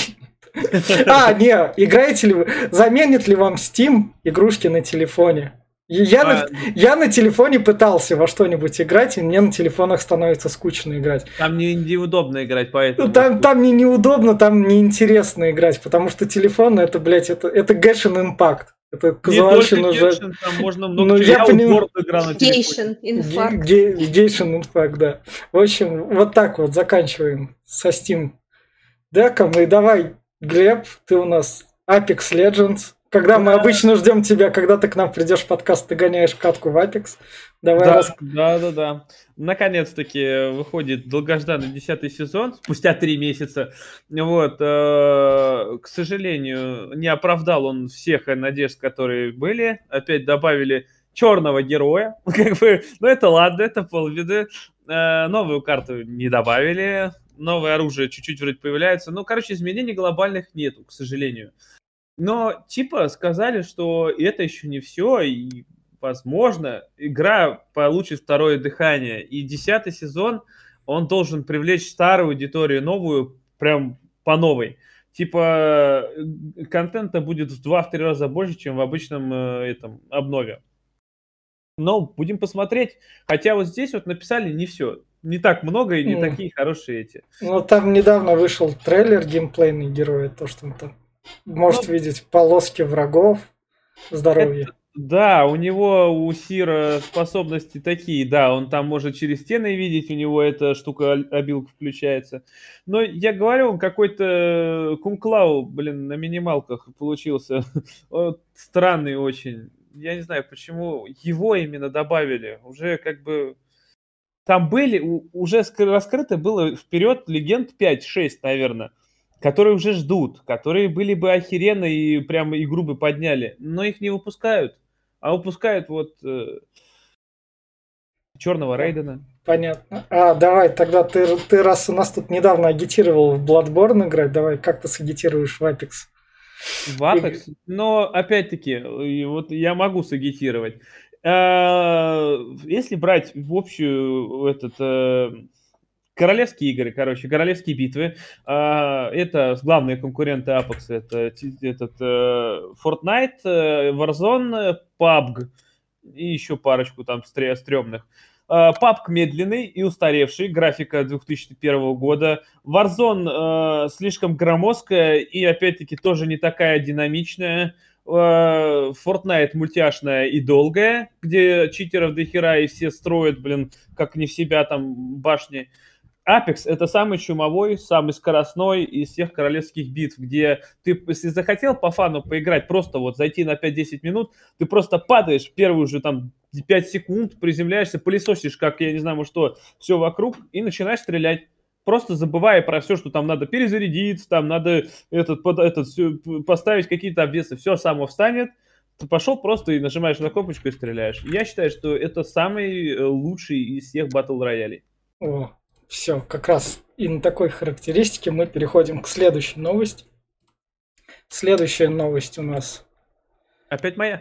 Vita. А, не, играете ли вы, заменит ли вам Steam игрушки на телефоне? И Я А, на, я на телефоне пытался во что-нибудь играть, и мне на телефонах становится скучно играть. там не, неудобно играть, Ну, поэтому. Там, там мне неудобно, там неинтересно играть, потому что телефон это, блядь, это, это Genshin Impact. Это Не только казуальщина уже. Genshin, там можно много Ну, чего. я Я понимаю. World играл на телефоне. Гейшин, инфаркт. Genshin Impact, да. В общем, вот так вот заканчиваем со Steam деком. И давай, Глеб, ты у нас Apex Legends. Когда мы Да. обычно ждем тебя, когда ты к нам придешь в подкаст, ты гоняешь катку в Apex. Давай Да, рас... да, да, да. Наконец-таки выходит долгожданный десятый сезон, спустя три месяца. Вот, э, к сожалению, не оправдал он всех надежд, которые были. Опять добавили черного героя. Как бы, ну это ладно, это полбеды. Э, новую карту не добавили. Новое оружие чуть-чуть вроде появляется. Ну, короче, изменений глобальных нету, к сожалению. Но типа сказали, что это еще не все, и, возможно, игра получит второе дыхание. И десятый сезон, он должен привлечь старую аудиторию, новую, прям по новой. Типа, э, контента будет в два-три раза больше, чем в обычном э, этом обнове. Но будем посмотреть. Хотя вот здесь вот написали не все. Не так много и не М. такие хорошие эти. Ну, там недавно вышел трейлер геймплейный героя, то, что он там может Ну, видеть полоски врагов, здоровье. Это, да, у него, у Сира способности такие, да, он там может через стены видеть, у него эта штука, аль- обилка включается. Но я говорю, он какой-то кунклау, блин, на минималках получился. Вот странный очень. Я не знаю, почему его именно добавили. Уже как бы там были, у- уже ск- раскрыто было вперед легенд пять-шесть, наверное, которые уже ждут, которые были бы охеренно и прям игру бы подняли, но их не выпускают, а выпускают вот э, Черного Да, Рейдена. понятно. А, давай, тогда ты, ты раз у нас тут недавно агитировал в Bloodborne играть, давай, как ты сагитируешь в Apex? В Apex, но опять-таки, и вот я могу сагитировать. А, Если брать в общую этот э, королевские игры, короче, королевские битвы. А, Это главные конкуренты Apex. Это ти- этот э, Fortnite, э, Warzone, э, пабг и еще парочку там стре- стрёмных. А, пабг медленный и устаревший, графика две тысячи первого года. Warzone э, слишком громоздкая и, опять-таки, тоже не такая динамичная. Э, Fortnite мультяшная и долгая, где читеров до хера и все строят, блин, как не в себя там башни. Apex — это самый чумовой, самый скоростной из всех королевских битв, где ты, если захотел по фану поиграть, просто вот зайти на пять-десять минут, ты просто падаешь первые уже там пять секунд, приземляешься, пылесосишь, как я не знаю что, все вокруг, и начинаешь стрелять. Просто забывая про все, что там надо перезарядиться, там надо этот, под, этот, всё, поставить какие-то обвесы, все само встанет, ты пошел просто и нажимаешь на кнопочку и стреляешь. Я считаю, что это самый э, лучший из всех батл роялей. О, все, как раз и на такой характеристике мы переходим к следующей новости. Следующая новость у нас Опять моя?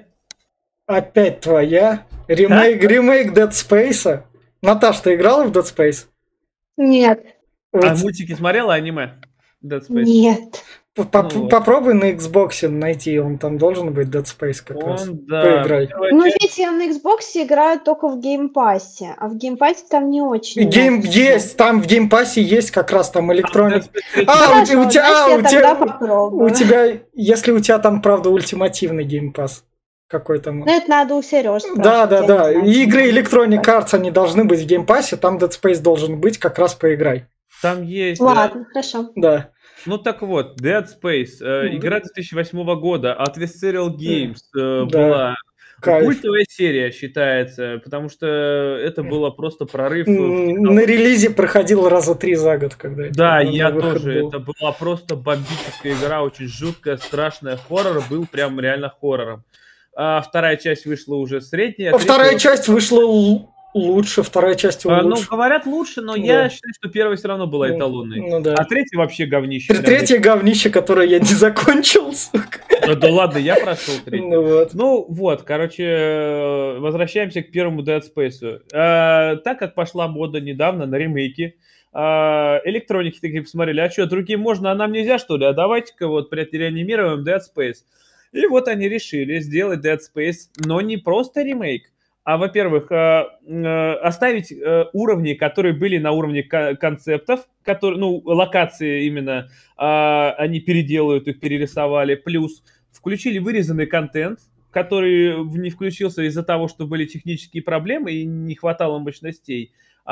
опять твоя. Ремейк, ремейк Dead Space. Наташ, ты играла в Dead Space? Нет, Вот А мультики смотрела, аниме? Dead Space? нет. поп- ну вот. Попробуй на Xbox найти, он там должен быть Dead Space как раз. Он, да. Поиграй. первая Ну, часть- ведь я на Xbox играю только в геймпассе, а в геймпассе там не очень. И Гейм много. есть, там в геймпассе есть как раз там Там электроник. Dead Space третий А, у, Хорошо, те- у тебя, значит, а, я у тогда тебя, попробую. у тебя, если у тебя там, правда, ультимативный геймпасс какой-то. Ну, это надо у Сережи спрашивать. Да, да, я да. не знаю, И игры почему. Electronic Arts, они должны быть в геймпассе, там Dead Space должен быть, как раз поиграй. Там есть... э, Ладно, хорошо. Да. Ну так вот, Dead Space, э, Ну, игра две тысячи восьмого года от Visceral Games э, Да. была Кайф. культовая серия, считается, потому что это было просто прорыв. в М, На релизе проходил раза три за год, когда это Да, на я выход тоже. был. Это была просто бомбическая игра, очень жуткая, страшная. Хоррор был прям реально хоррором. А вторая часть вышла уже средняя. А вторая третья- часть вышла л- лучше, вторая часть А, ну, лучше. говорят лучше, но Да. я считаю, что первая все равно была Ну, эталонной. ну да. А третья вообще говнище. Тр- Третье говнище, которое я не закончил, сука. Да, да ладно, я прошел третью. Ну вот. Ну вот, короче, э, возвращаемся к первому Dead Space. Э, так как пошла мода недавно на ремейки, э, электроники такие посмотрели, а что, другим можно, а нам нельзя, что ли? А давайте-ка вот реанимируем Dead Space. И вот они решили сделать Dead Space, но не просто ремейк, а, во-первых, э, э, оставить э, уровни, которые были на уровне ко- концептов, которые, ну, локации именно, э, они переделают их, перерисовали, плюс включили вырезанный контент, который в- не включился из-за того, что были технические проблемы и не хватало мощностей.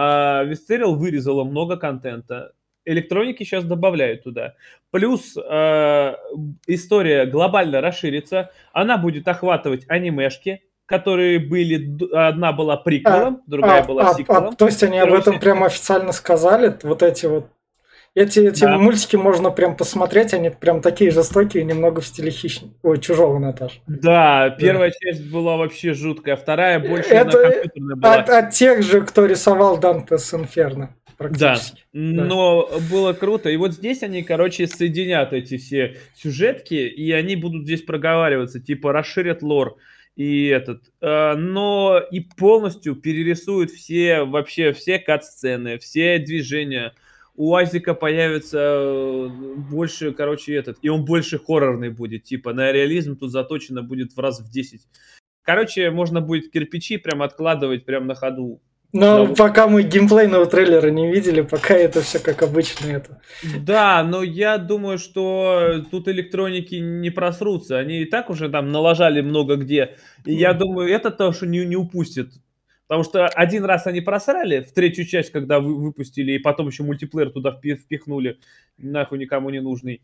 А Visceral вырезала много контента. Электроники сейчас добавляют туда. Плюс э, история глобально расширится. Она будет охватывать анимешки, которые были... д- Одна была приквелом, другая А, была а, сиквелом. а, то есть они об Первая этом часть- прям официально сказали, вот эти вот. Эти, эти Да. мультики можно прям посмотреть, они прям такие жестокие, немного в стиле хищника. Ой, чужого, Наташ. Да, первая часть была вообще жуткая, вторая больше она Это компьютерная была. От, от тех же, кто рисовал Дантес Инферно. Да, Практически. но было круто. И вот здесь они, короче, соединят эти все сюжетки, и они будут здесь проговариваться, типа расширят лор и этот. э, Но и полностью перерисуют все, вообще все кат-сцены, все движения. У Азика появится э, больше, короче, этот, и он больше хоррорный будет, типа на реализм тут заточено будет в раз в десять. Короче, можно будет кирпичи прям откладывать прям на ходу. Но Да. пока мы геймплейного трейлера не видели, пока это все как обычно. Это. Да, но я думаю, что тут электроники не просрутся. Они и так уже там налажали много где. И я думаю, это тоже не, не упустят. Потому что один раз они просрали в третью часть, когда вы, выпустили, и потом еще мультиплеер туда впи- впихнули, нахуй никому не нужный.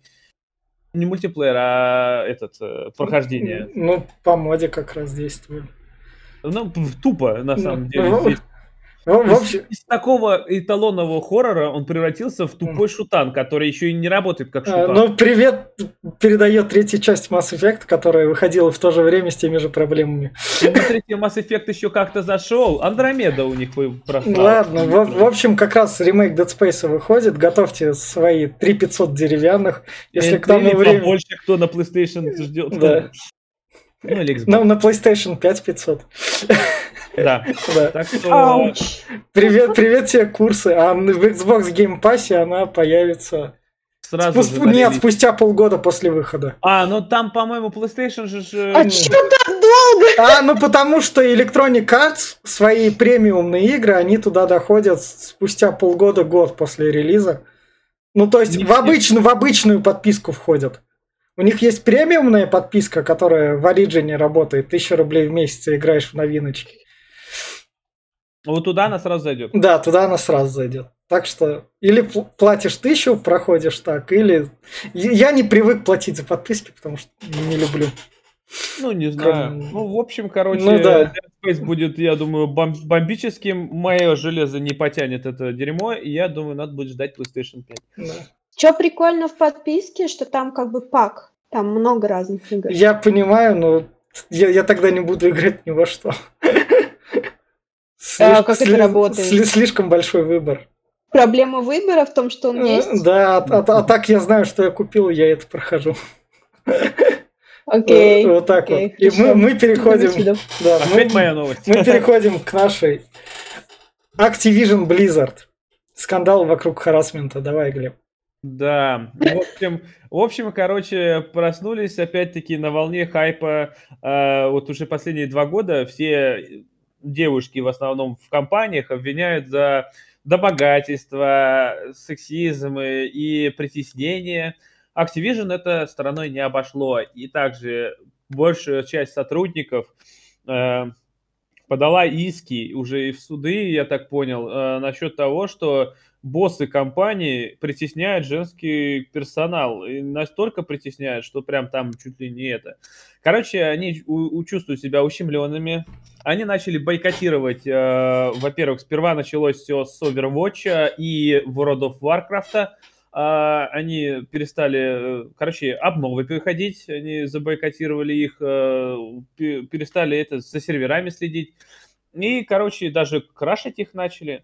Не мультиплеер, а этот, э, прохождение. Ну, по моде как раз действует. Ну, п- тупо, на самом Ну, деле, ну, здесь. В, в Из, общем, из такого эталонного хоррора он превратился в тупой шутан, который еще и не работает как а, шутан. ну, привет передает третья часть Mass Effect, которая выходила в то же время с теми же проблемами. И на третий Mass Effect еще как-то зашел. Андромеда у них вы- прошла. Ладно, в, в общем, как раз ремейк Dead Space выходит. Готовьте свои три тысячи пятьсот деревянных. Если к тому Или времени... больше кто на PlayStation ждет. Да. Ну, или Xbox. Нам на PlayStation пять пятьсот. Да. Да. Так что... Ауч. Привет, привет тебе, курсы. А в Xbox Game Pass она появится... Сразу Спу- же на Нет, релиз. спустя полгода после выхода. А, ну там, по-моему, PlayStation же... ж- А чё так долго? А, ну потому что Electronic Arts, свои премиумные игры, они туда доходят спустя полгода, год после релиза. Ну, то есть Не в, все. обычную, в обычную подписку входят. У них есть премиумная подписка, которая в Origin работает. Тысяча рублей в месяц и играешь в новиночки. Вот туда она сразу зайдет. Да, туда она сразу зайдет. Так что или пл- платишь тысячу, проходишь так, или... Я не привык платить за подписки, потому что не люблю. Ну, не знаю. Кроме- Ну, в общем, короче, Ну да. Dead Space будет, я думаю, бом- бомбическим. Мое железо не потянет это дерьмо, и я думаю, надо будет ждать PlayStation пять. Да. Что прикольно в подписке, что там как бы пак. Там много разных игр. Я понимаю, но я, я тогда не буду играть ни во что. А как это работает? сли- слишком большой выбор. Проблема выбора в том, что он Э, есть? Да, а, а- а так я знаю, что я купил, я это прохожу. Э, Окей, Вот так вот. окей, И мы, хорошо. мы Без переходим, видов. да, мы, Опять моя новость. мы переходим к нашей Activision Blizzard. Скандал вокруг харассмента. Давай, Глеб. Да, в общем, в общем, короче, проснулись опять-таки на волне хайпа. э, вот уже последние два года все девушки в основном в компаниях обвиняют за домогательство, сексизм и и притеснение. Activision это стороной не обошло. И также большая часть сотрудников э, подала иски уже и в суды, я так понял, э, насчет того, что боссы компании притесняют женский персонал. И настолько притесняют, что прям там чуть ли не это. Короче, они у- у- чувствуют себя ущемленными. Они начали бойкотировать. э, во-первых, сперва началось все с Overwatch и World of Warcraft. А, они перестали, э, короче, обновы переходить, они забойкотировали их, э, пе- перестали это за серверами следить. И, короче, даже крашить их начали.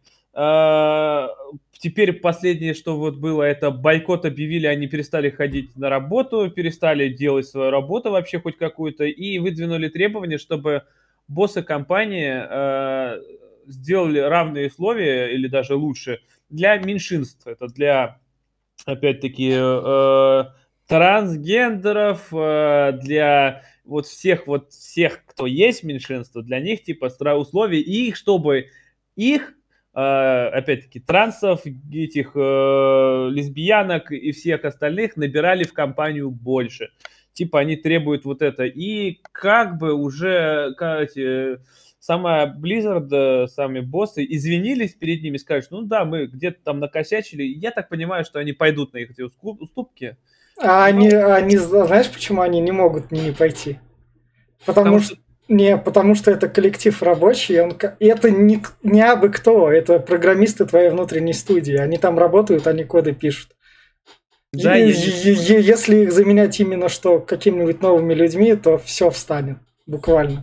А, Теперь последнее, что вот было, это бойкот объявили, они перестали ходить на работу, перестали делать свою работу вообще хоть какую-то, и выдвинули требования, чтобы боссы компании э, сделали равные условия, или даже лучше, для меньшинств. Это для опять-таки, э, трансгендеров, э, для вот всех вот всех, кто есть меньшинство, для них типа стра- условия, и их, чтобы их, э, опять-таки, трансов, этих э, лесбиянок и всех остальных набирали в компанию больше. Типа они требуют вот это. И как бы уже ка- эти, сама Blizzard, э, сами боссы извинились перед ними, скажут, ну да, мы где-то там накосячили. Я так понимаю, что они пойдут на их эти уступ- уступки. А они, Ну, они, знаешь, почему они не могут не пойти? Потому потому что, что не, потому что это коллектив рабочий, и он, ка- и это не, к- не абы кто, это программисты твоей внутренней студии. Они там работают, они коды пишут. да, Е- я не е- е- Если их заменять именно что какими-нибудь новыми людьми, то все встанет, буквально.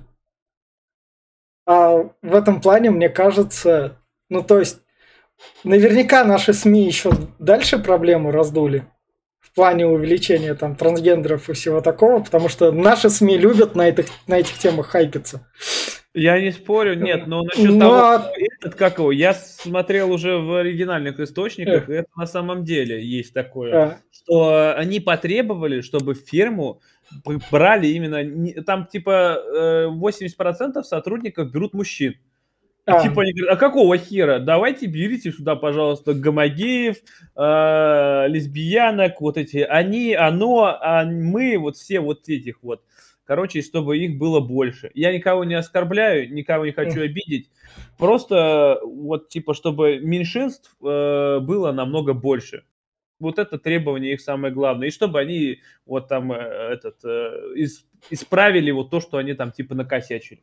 А в этом плане, мне кажется, ну то есть, наверняка наши СМИ еще дальше проблему раздули в плане увеличения там трансгендеров и всего такого, потому что наши СМИ любят на этих, на этих темах хайпиться. Я не спорю, нет, но насчет Но того, что этот, как его, я смотрел уже в оригинальных источниках, э, и это на самом деле есть такое, а, что они потребовали, чтобы фирму б- брали именно, не- там типа э, восемьдесят процентов сотрудников берут мужчин. И а, типа они говорят, а какого хера? Давайте берите сюда, пожалуйста, гомогеев, э, лесбиянок, вот эти они, оно, а мы, вот все вот этих вот. Короче, чтобы их было больше. Я никого не оскорбляю, никого не хочу м. обидеть. Просто вот типа, чтобы меньшинств э, было намного больше. Вот это требование их самое главное. И чтобы они вот там э, этот э, ис- исправили вот то, что они там типа накосячили.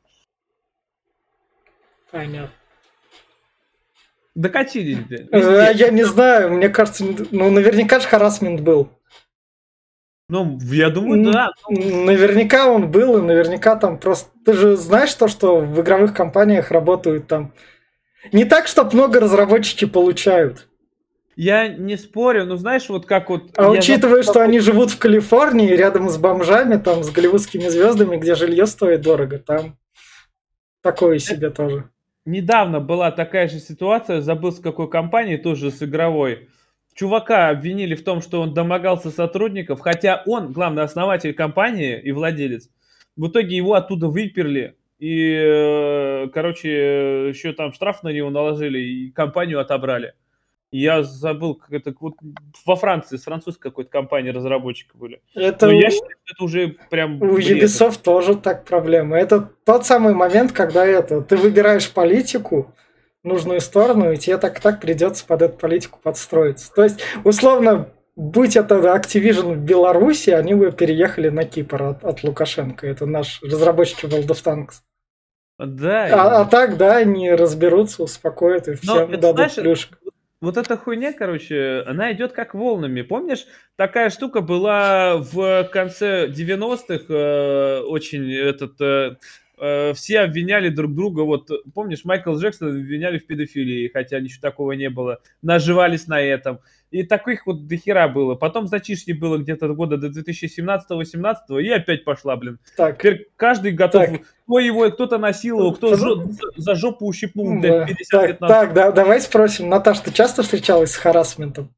Понятно. Докатились, блин, Э, везде. Я не знаю, мне кажется, ну наверняка же харассмент был. Ну, я думаю, М, да. Наверняка он был, и наверняка там просто... Ты же знаешь то, что в игровых компаниях работают там... Не так, чтобы много разработчики получают. Я не спорю, но знаешь, вот как вот... А я забыл, учитывая, что как они вот живут в Калифорнии, рядом с бомжами, там, с голливудскими звездами, где жилье стоит дорого, там такое себе тоже. недавно была такая же ситуация, забыл с какой компании, тоже с игровой. Чувака обвинили в том, что он домогался сотрудников, хотя он главный основатель компании и владелец. В итоге его оттуда выперли. И, э, короче, еще там штраф на него наложили, и компанию отобрали. Я забыл, как это вот во Франции, с французской какой-то компании разработчики были. Это Но я у, считаю, что это уже прям у бред. Ubisoft тоже так проблема. Это тот самый момент, когда это ты выбираешь политику, нужную сторону, и тебе так и так придется под эту политику подстроиться. То есть, условно, будь это Activision в Беларуси, они бы переехали на Кипр от, от Лукашенко. Это наш разработчики World of Tanks. Да, А, а и- так, да, они разберутся, успокоят и но всем это, дадут знаешь, плюшек. вот эта хуйня, короче, она идет как волнами. Помнишь, такая штука была в конце девяностых, э, очень этот, э, э, все обвиняли друг друга. Вот помнишь, Майкл Джексон обвиняли в педофилии, хотя ничего такого не было. Наживались на этом. И таких вот дохера было. Потом зачишье было где-то года до две тысячи семнадцатого-восемнадцатого, и опять пошла, блин. Так. Теперь каждый готов... Так. Кто его, кто-то насиловал, кто Поза- жо- за жопу ущипнул, Да. блядь, пятьдесят Так, лет назад. так, да, давай спросим. Наташ, ты часто встречалась с харассментом?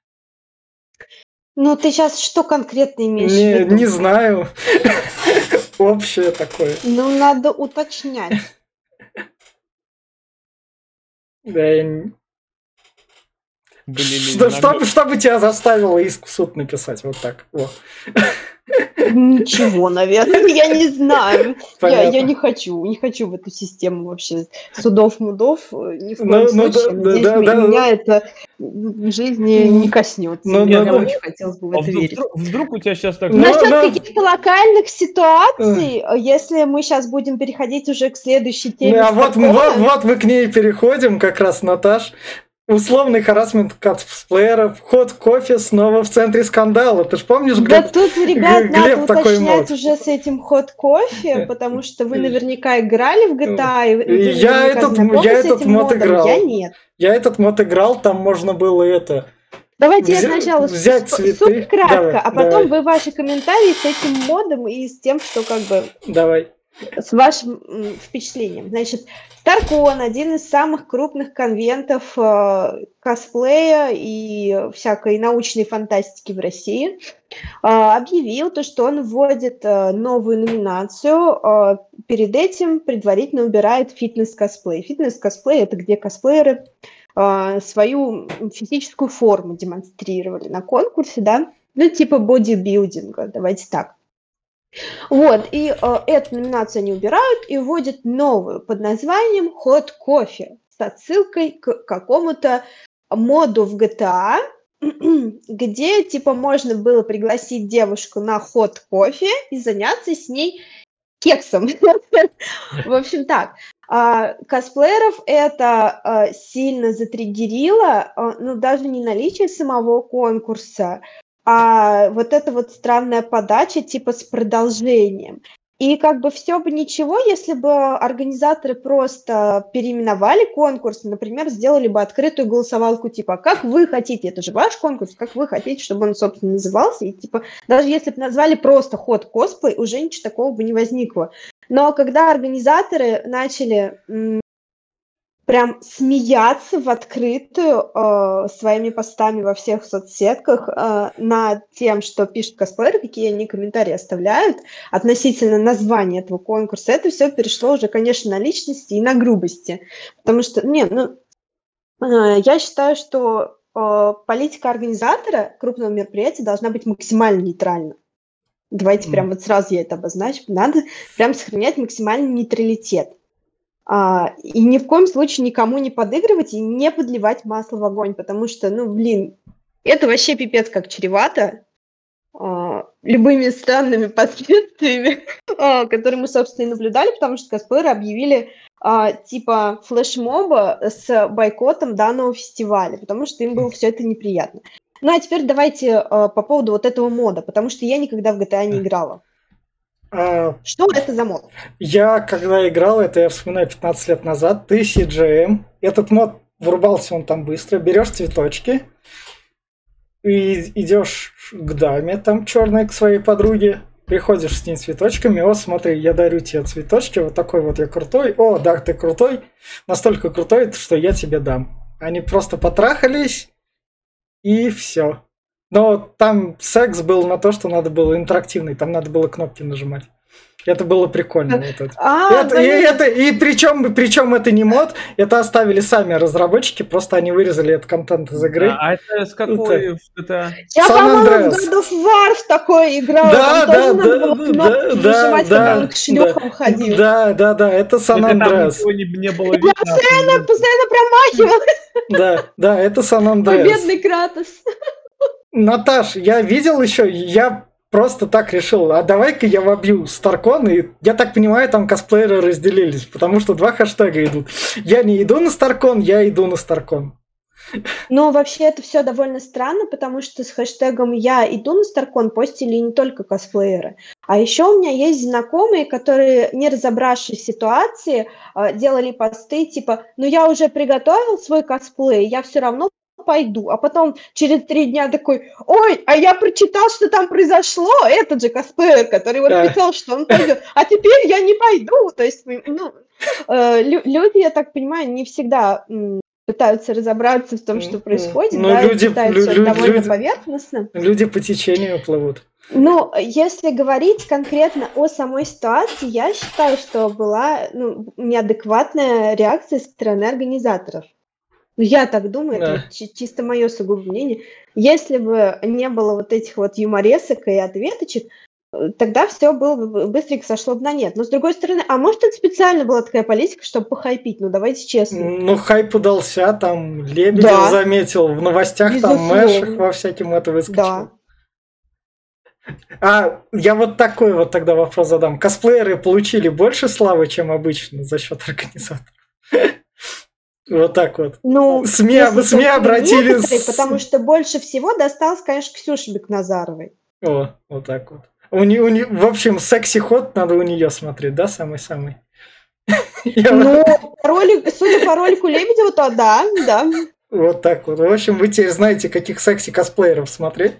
Ну, ты сейчас что конкретно имеешь в Не, виду? не знаю. Общее такое. Ну, надо уточнять. Да, я не- Блин, Что- надо- чтобы, чтобы тебя заставило иск в суд написать. Вот так. Вот. Ничего, наверное, я не знаю. Я, Понятно. я не хочу, не хочу в эту систему вообще судов-мудов, э, ни в коем Ну, ну, случае. да, Надеюсь, да, м- да. меня это в жизни не коснется. Ну, Мне ну, прям ну. очень хотелось бы в А это вдруг, верить. вдруг- вдруг у тебя сейчас так... Ну, Насчет ну. каких-то локальных ситуаций, э, если мы сейчас будем переходить уже к следующей Ну, теме. а вот, Старкона, вот, вот мы к ней переходим, как раз, Наташ. Условный харассмент косплееров, ход кофе снова в центре скандала. Ты ж помнишь, Да Глеб? тут, ребят, Глеб надо такой уточнять мод. уже с этим ход кофе, потому что вы наверняка играли в джи ти эй, и вы И я наверняка этот- знакомы я с этот этим мод модом. играл. Я нет. Я этот мод играл, там можно было это... Давайте я Взя- сначала взять с- цветы. супер кратко, Давай, а потом давай. вы ваши комментарии с этим модом и с тем, что как бы Давай. с вашим м, впечатлением. Значит, StarCon, один из самых крупных конвентов э, косплея и всякой научной фантастики в России, э, объявил то, что он вводит э, новую номинацию. э, перед этим предварительно убирает фитнес-косплей. Фитнес-косплей – это где косплееры э, свою физическую форму демонстрировали на конкурсе, да, ну типа бодибилдинга, давайте так. Вот, и э, эту номинацию они убирают и вводят новую под названием Hot Coffee с отсылкой к какому-то моду в джи ти эй, где типа можно было пригласить девушку на hot кофе и заняться с ней кексом. В общем так, а, косплееров это а, сильно затриггерило, а, ну даже не наличие самого конкурса, а вот эта вот странная подача типа с продолжением. И как бы все бы ничего, если бы организаторы просто переименовали конкурс, например, сделали бы открытую голосовалку типа «Как вы хотите?» Это же ваш конкурс, как вы хотите, чтобы он, собственно, назывался. И типа даже если бы назвали просто «Ход косплей», уже ничего такого бы не возникло. Но когда организаторы начали м, прям смеяться в открытую э, своими постами во всех соцсетках э, над тем, что пишут косплееры, какие они комментарии оставляют относительно названия этого конкурса, это все перешло уже, конечно, на личности и на грубости. Потому что, не, ну, э, я считаю, что э, политика организатора крупного мероприятия должна быть максимально нейтральна. Давайте М. прям вот сразу я это обозначу. Надо прям сохранять максимальный нейтралитет. А, и ни в коем случае никому не подыгрывать и не подливать масло в огонь, потому что, ну, блин, это вообще пипец как чревато а, любыми странными последствиями, а, которые мы, собственно, и наблюдали, потому что косплееры объявили а, типа флешмоба с бойкотом данного фестиваля, потому что им было все это неприятно. Ну, а теперь давайте а, по поводу вот этого мода, потому что я никогда в джи ти эй не играла. А, Что это за мод? Я, когда играл, это я вспоминаю пятнадцать лет назад, ты си джи эм, этот мод врубался он там быстро, берешь цветочки и идешь к даме там черной, к своей подруге, приходишь с ней цветочками, о, смотри, я дарю тебе цветочки, вот такой вот я крутой, о, да, ты крутой, настолько крутой, что я тебе дам. Они просто потрахались, и все. Но там секс был на то, что надо было интерактивный, там надо было кнопки нажимать. Это было прикольно. Вот это. А, Это- и, это, и причем, причем это не мод, это оставили сами разработчики, просто они вырезали этот контент из игры. А, а это с какой в джи ти эй? я, San по-моему, Andreas. в God of War в такой играла. Да, там да, тоже надо да, было да, кнопки да, нажимать, да, когда он к шлюхам ходил. Да, да, да, это San Так, а там Andreas. ничего не, не было Я видно. постоянно, постоянно промахивалась, Да, да, это San Andreas. бедный Кратос. Наташ, я видел еще, я просто так решил, а давай-ка я вобью StarCon, и я так понимаю, там косплееры разделились, потому что два хэштега идут. Я не иду на StarCon, я иду на StarCon. Но вообще это все довольно странно, потому что с хэштегом «Я иду на Старкон» постили не только косплееры. А еще у меня есть знакомые, которые, не разобравшись в ситуации, а, делали посты типа «Ну я уже приготовил свой косплей, я все равно пойду». А потом через три дня такой «Ой, а я прочитал, что там произошло, этот же косплеер, который вот Да. писал, что он пойдет, а теперь я не пойду». То есть, ну, э, лю- люди, я так понимаю, не всегда м, пытаются разобраться в том, что М, происходит, Ну, да, люди, читают лю- все лю- довольно люди, поверхностно. люди по течению плывут. Ну, если говорить конкретно о самой ситуации, я считаю, что была ну, неадекватная реакция со стороны организаторов. Ну, я так думаю, это Да. вот чи- чисто мое сугубое мнение. Если бы не было вот этих вот юморесок и ответочек, э, тогда все было бы быстренько сошло бы на нет. Но с другой стороны, а может это специально была такая политика, чтобы похайпить? Ну, давайте честно. Ну, хайп удался, там Лебедев Да. заметил, в новостях там Безусловно. Мэшек во всяким это выскочил. Да. А я вот такой вот тогда вопрос задам. Косплееры получили больше славы, чем обычно за счет организаторов? Вот так вот. Ну, СМИ, если СМИ только обратились... некоторые, потому что больше всего досталось, конечно, Ксюше Бекназаровой. О, вот так вот. У не, у не, в общем, секси-ход надо у нее смотреть, да, самый-самый? Я Ну, по ролику, судя по ролику Лебедева, то да, да. Вот так вот. В общем, вы теперь знаете, каких секси-косплееров смотреть.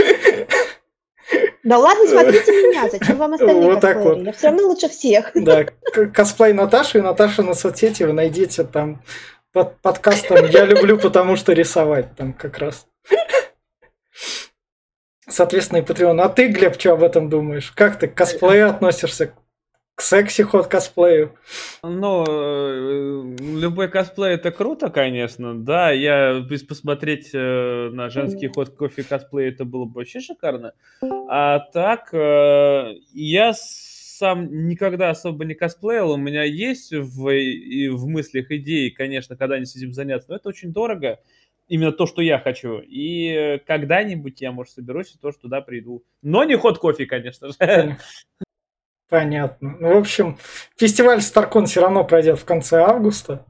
Да ладно, смотрите меня, зачем вам остальные Вот так косплееры? вот. Я все равно лучше всех. Да, к- косплей Наташи и Наташа на соцсети вы найдете там под подкастом «Я люблю, потому что рисовать» там как раз. Соответственно, и Patreon. А ты, Глеб, что об этом думаешь? Как ты к косплею относишься? К секси-ход косплею? Ну, э, любой косплей это круто, конечно, да. Я без посмотреть э, на женский ход кофе косплей, это было бы вообще шикарно. А так, э, я сам никогда особо не косплеил. У меня есть в, и в мыслях идеи, конечно, когда-нибудь с этим заняться, но это очень дорого. Именно то, что я хочу. И э, когда-нибудь я, может, соберусь и тоже туда приду. Но не ход кофе, конечно же. Пон- Понятно. Ну, в общем, фестиваль Старкон все равно пройдет в конце августа.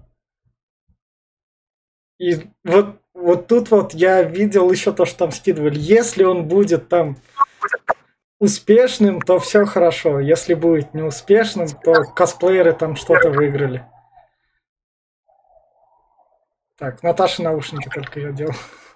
И вот, вот тут вот я видел еще то, что там скидывали. Если он будет там успешным, то все хорошо. Если будет неуспешным, то косплееры там что-то выиграли. Так, Наташа наушники только я делал.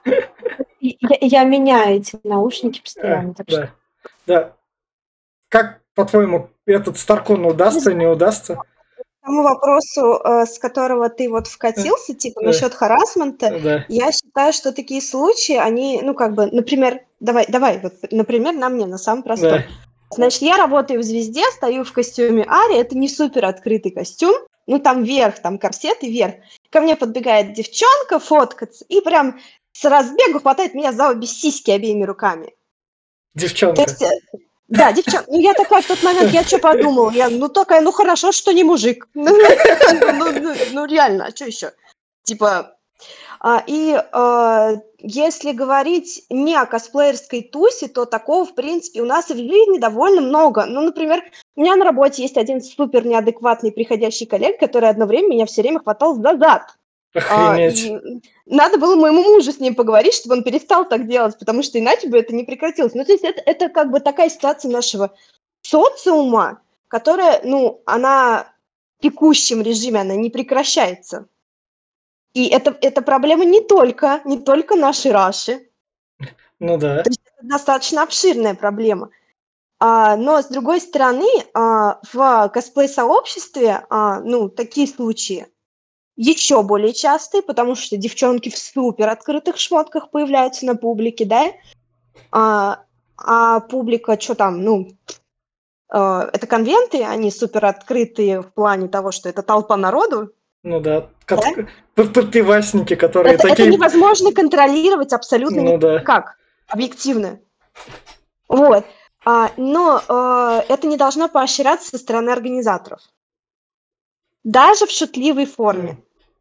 И Я, я меняю эти наушники А, постоянно, так что да, да. Как, по-твоему, этот Старкон удастся, не удастся? К тому вопросу, э, с которого ты вот вкатился, типа Да. насчет харассмента, Да. я считаю, что такие случаи, они, ну, как бы, например, давай, давай, вот, например, на мне, на самом простом. Да. Значит, я работаю в «Звезде», стою в костюме Ари, это не супер открытый костюм, ну, там верх, там корсет и верх. Ко мне подбегает девчонка фоткаться и прям с разбегу хватает меня за обе сиськи обеими руками. То Девчонка. есть, э, да, девчонка, ну, я такая в тот момент, я что подумала? Я, ну, такая, ну, хорошо, что не мужик. Ну, ну, ну, ну, реально, а что еще? Типа, а, и а, если говорить не о косплеерской тусе, то такого, в принципе, у нас и в жизни довольно много. Ну, например, у меня на работе есть один супер неадекватный приходящий коллег, который одно время меня все время хватал за зад. А, Охренеть. и надо было моему мужу с ним поговорить, чтобы он перестал так делать, потому что иначе бы это не прекратилось. Ну, то есть это, это как бы такая ситуация нашего социума, которая, ну, она в текущем режиме, она не прекращается. И это, это проблема не только, не только нашей Раши, Ну да. это достаточно обширная проблема. А, но, с другой стороны, а, в косплей-сообществе, а, ну, такие случаи еще более частые, потому что девчонки в супер открытых шмотках появляются на публике, да, а, а публика, что там, ну, а, это конвенты, они супер открытые в плане того, что это толпа народу, Ну да. да? Кот- под- Подпивасники, которые Это, это такие... невозможно контролировать абсолютно Ну да. никак, объективно. Вот. А, но а, это не должно поощряться со стороны организаторов. Даже в шутливой форме.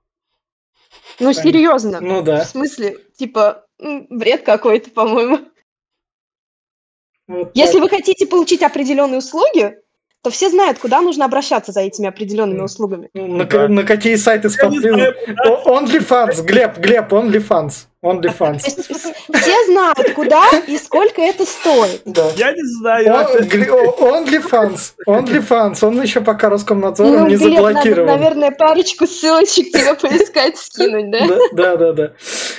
Ну, Понятно. серьезно. Ну В да. смысле, типа, м, бред какой-то, по-моему. Вот Если так. вы хотите получить определенные услуги, то все знают, куда нужно обращаться за этими определенными услугами. На, да. на какие сайты смотреть? OnlyFans, Глеб, Глеб, OnlyFans. OnlyFans. Все знают, куда и сколько это стоит. Да. Я не знаю. OnlyFans. OnlyFans. Он еще пока Роскомнадзором ну, не Глеб, заблокирован. Надо, наверное, парочку ссылочек тебе поискать, скинуть, да? Да, да, да.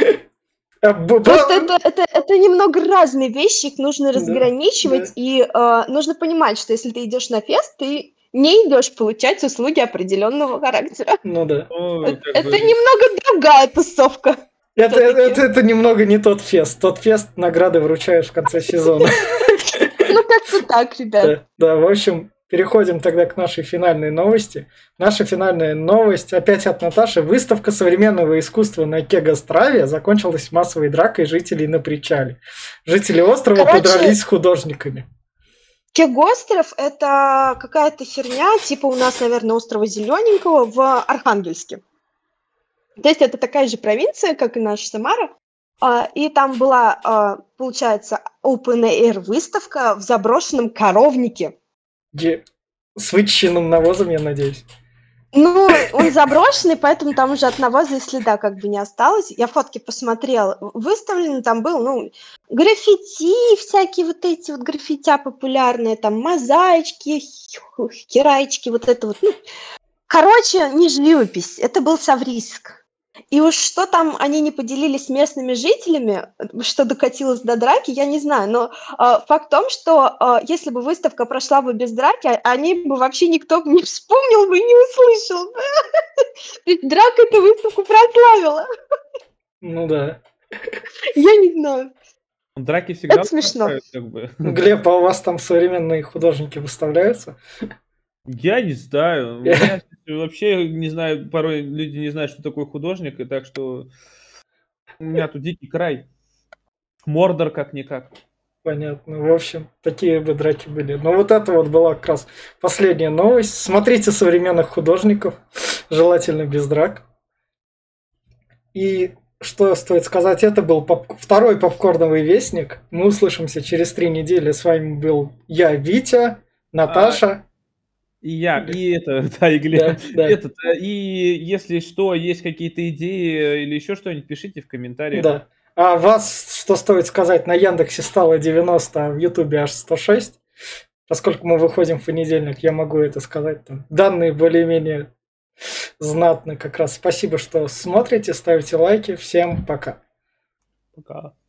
Просто это, это, это немного разные вещи, их нужно разграничивать, да, и э, нужно понимать, что если ты идешь на фест, ты не идешь получать услуги определенного характера. Ну да. Это, это бы... немного другая тусовка. Это, это, это немного не тот фест. Тот фест награды вручаешь в конце сезона. Ну как-то так, ребят. Да, в общем... Переходим тогда к нашей финальной новости. Наша финальная новость опять от Наташи. Выставка современного искусства на Кегостраве закончилась массовой дракой жителей на причале. Жители острова Короче, подрались с художниками. Кегостров – это какая-то херня, типа у нас, наверное, острова Зелененького в Архангельске. То есть это такая же провинция, как и наша Самара. И там была, получается, open-air выставка в заброшенном коровнике. Где? С вычищенным навозом, я надеюсь. Ну, он заброшенный, поэтому там уже от навоза и следа как бы не осталось. Я фотки посмотрела. Выставлено там был, ну, граффити, всякие вот эти вот граффитя популярные, там мозаички, хераечки, вот это вот. Ну, короче, не живопись, это был Савриск. И уж что там они не поделились с местными жителями, что докатилось до драки, я не знаю. Но э, факт в том, что э, если бы выставка прошла бы без драки, они бы вообще никто не вспомнил бы и не услышал. Ведь драка эту выставку прославила. Ну да. Я не знаю. Драки всегда... Это смешно. Как бы. Глеб, а у вас там современные художники выставляются? Я не знаю. Я вообще не знаю, порой люди не знают, что такое художник, и так что у меня тут дикий край. Мордор как-никак. Понятно. В общем, такие бы драки были. Но вот это вот была как раз последняя новость. Смотрите современных художников, желательно без драк. И что стоит сказать, это был поп- второй попкорновый вестник. Мы услышимся через три недели. С вами был я, Витя, Наташа. А... И я, и это, да, и Глеб. Да, да. Этот, и если что, есть какие-то идеи или еще что-нибудь, пишите в комментариях. Да. А вас, что стоит сказать, на Яндексе стало девяносто, а в Ютубе аж сто шесть. Поскольку мы выходим в понедельник, я могу это сказать. Там данные более-менее знатны как раз. Спасибо, что смотрите, ставите лайки. Всем пока. Пока.